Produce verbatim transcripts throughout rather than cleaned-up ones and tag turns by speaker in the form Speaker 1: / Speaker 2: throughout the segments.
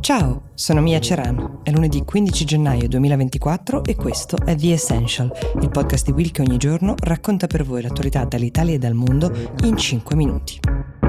Speaker 1: Ciao, sono Mia Ceran, è lunedì quindici gennaio duemilaventiquattro e questo è The Essential, il podcast di Will che ogni giorno racconta per voi l'attualità dall'Italia e dal mondo in cinque minuti.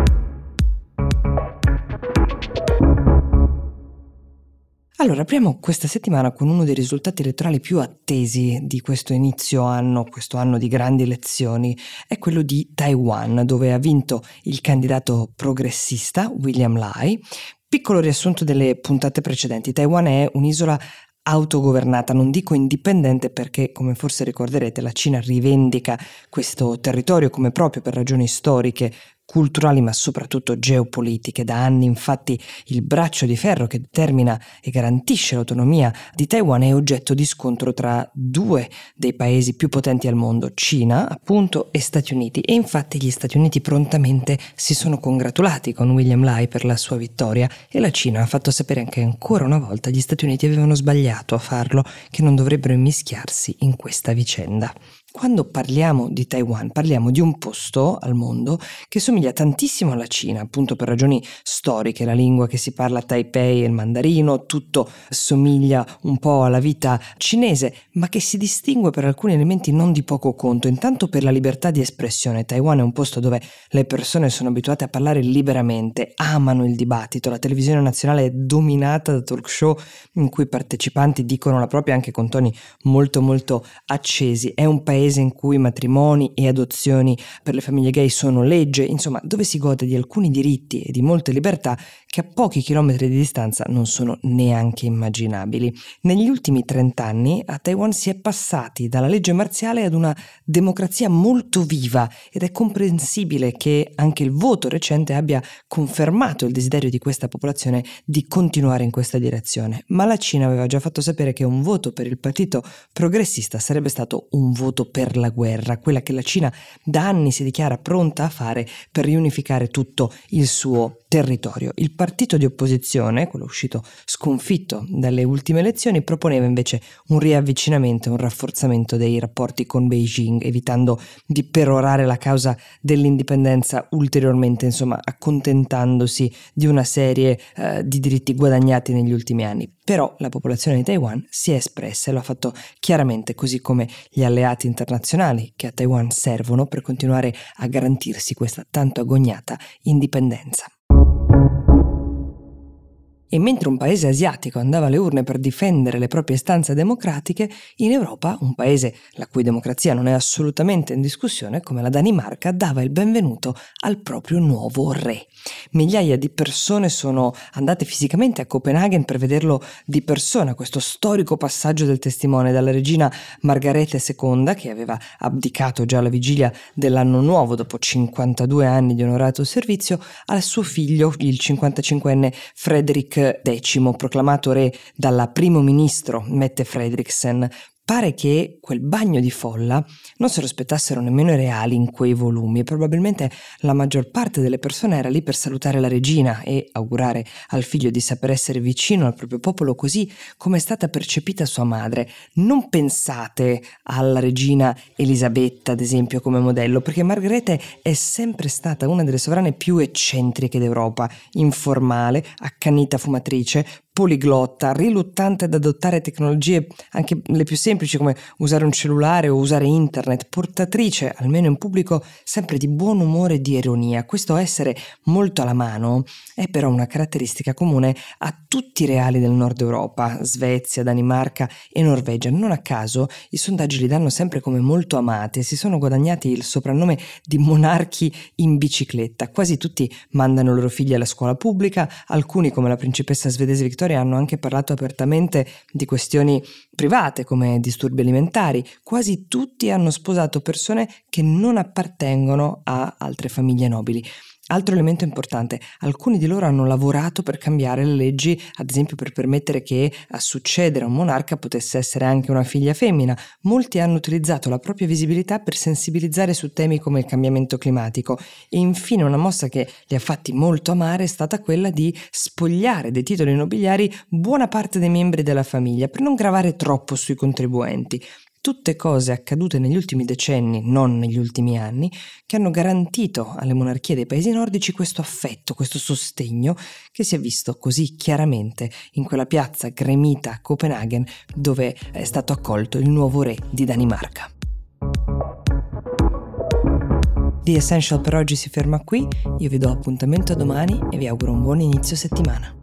Speaker 1: Allora, apriamo questa settimana con uno dei risultati elettorali più attesi di questo inizio anno, questo anno di grandi elezioni, è quello di Taiwan, dove ha vinto il candidato progressista William Lai. Piccolo riassunto delle puntate precedenti: Taiwan è un'isola autogovernata, non dico indipendente perché, come forse ricorderete, la Cina rivendica questo territorio come proprio per ragioni storiche, culturali ma soprattutto geopolitiche. Da anni infatti il braccio di ferro che determina e garantisce l'autonomia di Taiwan è oggetto di scontro tra due dei paesi più potenti al mondo, Cina appunto e Stati Uniti, e infatti gli Stati Uniti prontamente si sono congratulati con William Lai per la sua vittoria e la Cina ha fatto sapere che ancora una volta gli Stati Uniti avevano sbagliato a farlo, che non dovrebbero immischiarsi in questa vicenda. Quando parliamo di Taiwan parliamo di un posto al mondo che somiglia tantissimo alla Cina, appunto per ragioni storiche, la lingua che si parla a Taipei è il mandarino, tutto somiglia un po' alla vita cinese, ma che si distingue per alcuni elementi non di poco conto. Intanto per la libertà di espressione. Taiwan è un posto dove le persone sono abituate a parlare liberamente, amano il dibattito, la televisione nazionale è dominata da talk show in cui i partecipanti dicono la propria anche con toni molto molto accesi. È un paese in cui matrimoni e adozioni per le famiglie gay sono legge, insomma dove si gode di alcuni diritti e di molte libertà che a pochi chilometri di distanza non sono neanche immaginabili. Negli ultimi trent'anni a Taiwan si è passati dalla legge marziale ad una democrazia molto viva ed è comprensibile che anche il voto recente abbia confermato il desiderio di questa popolazione di continuare in questa direzione. Ma la Cina aveva già fatto sapere che un voto per il partito progressista sarebbe stato un voto per la guerra, quella che la Cina da anni si dichiara pronta a fare per riunificare tutto il suo territorio. Il partito di opposizione, quello uscito sconfitto dalle ultime elezioni, proponeva invece un riavvicinamento e un rafforzamento dei rapporti con Beijing, evitando di perorare la causa dell'indipendenza ulteriormente, insomma accontentandosi di una serie eh, di diritti guadagnati negli ultimi anni. Però la popolazione di Taiwan si è espressa e lo ha fatto chiaramente, così come gli alleati internazionali che a Taiwan servono per continuare a garantirsi questa tanto agognata indipendenza. E mentre un paese asiatico andava alle urne per difendere le proprie istanze democratiche, in Europa, un paese la cui democrazia non è assolutamente in discussione, come la Danimarca, dava il benvenuto al proprio nuovo re. Migliaia di persone sono andate fisicamente a Copenaghen per vederlo di persona, questo storico passaggio del testimone dalla regina Margrethe seconda, che aveva abdicato già alla vigilia dell'anno nuovo dopo cinquantadue anni di onorato servizio, al suo figlio, il cinquantacinquenne Frederik X, proclamato re dalla primo ministro Mette Frederiksen. Pare che quel bagno di folla non se lo aspettassero nemmeno i reali in quei volumi e probabilmente la maggior parte delle persone era lì per salutare la regina e augurare al figlio di saper essere vicino al proprio popolo così come è stata percepita sua madre. Non pensate alla regina Elisabetta, ad esempio, come modello, perché Margrethe è sempre stata una delle sovrane più eccentriche d'Europa, informale, accanita fumatrice, poliglotta, riluttante ad adottare tecnologie anche le più semplici come usare un cellulare o usare internet, portatrice, almeno in pubblico, sempre di buon umore e di ironia. Questo essere molto alla mano è però una caratteristica comune a tutti i reali del nord Europa, Svezia, Danimarca e Norvegia. Non a caso i sondaggi li danno sempre come molto amati e si sono guadagnati il soprannome di monarchi in bicicletta. Quasi tutti mandano i loro figli alla scuola pubblica, alcuni come la principessa svedese Victoria hanno anche parlato apertamente di questioni private come disturbi alimentari. Quasi tutti hanno sposato persone che non appartengono a altre famiglie nobili. Altro elemento importante, alcuni di loro hanno lavorato per cambiare le leggi, ad esempio per permettere che a succedere a un monarca potesse essere anche una figlia femmina. Molti hanno utilizzato la propria visibilità per sensibilizzare su temi come il cambiamento climatico. E infine una mossa che li ha fatti molto amare è stata quella di spogliare dei titoli nobiliari buona parte dei membri della famiglia per non gravare troppo sui contribuenti. Tutte cose accadute negli ultimi decenni, non negli ultimi anni, che hanno garantito alle monarchie dei paesi nordici questo affetto, questo sostegno che si è visto così chiaramente in quella piazza gremita a Copenaghen dove è stato accolto il nuovo re di Danimarca. The Essential per oggi si ferma qui, io vi do appuntamento a domani e vi auguro un buon inizio settimana.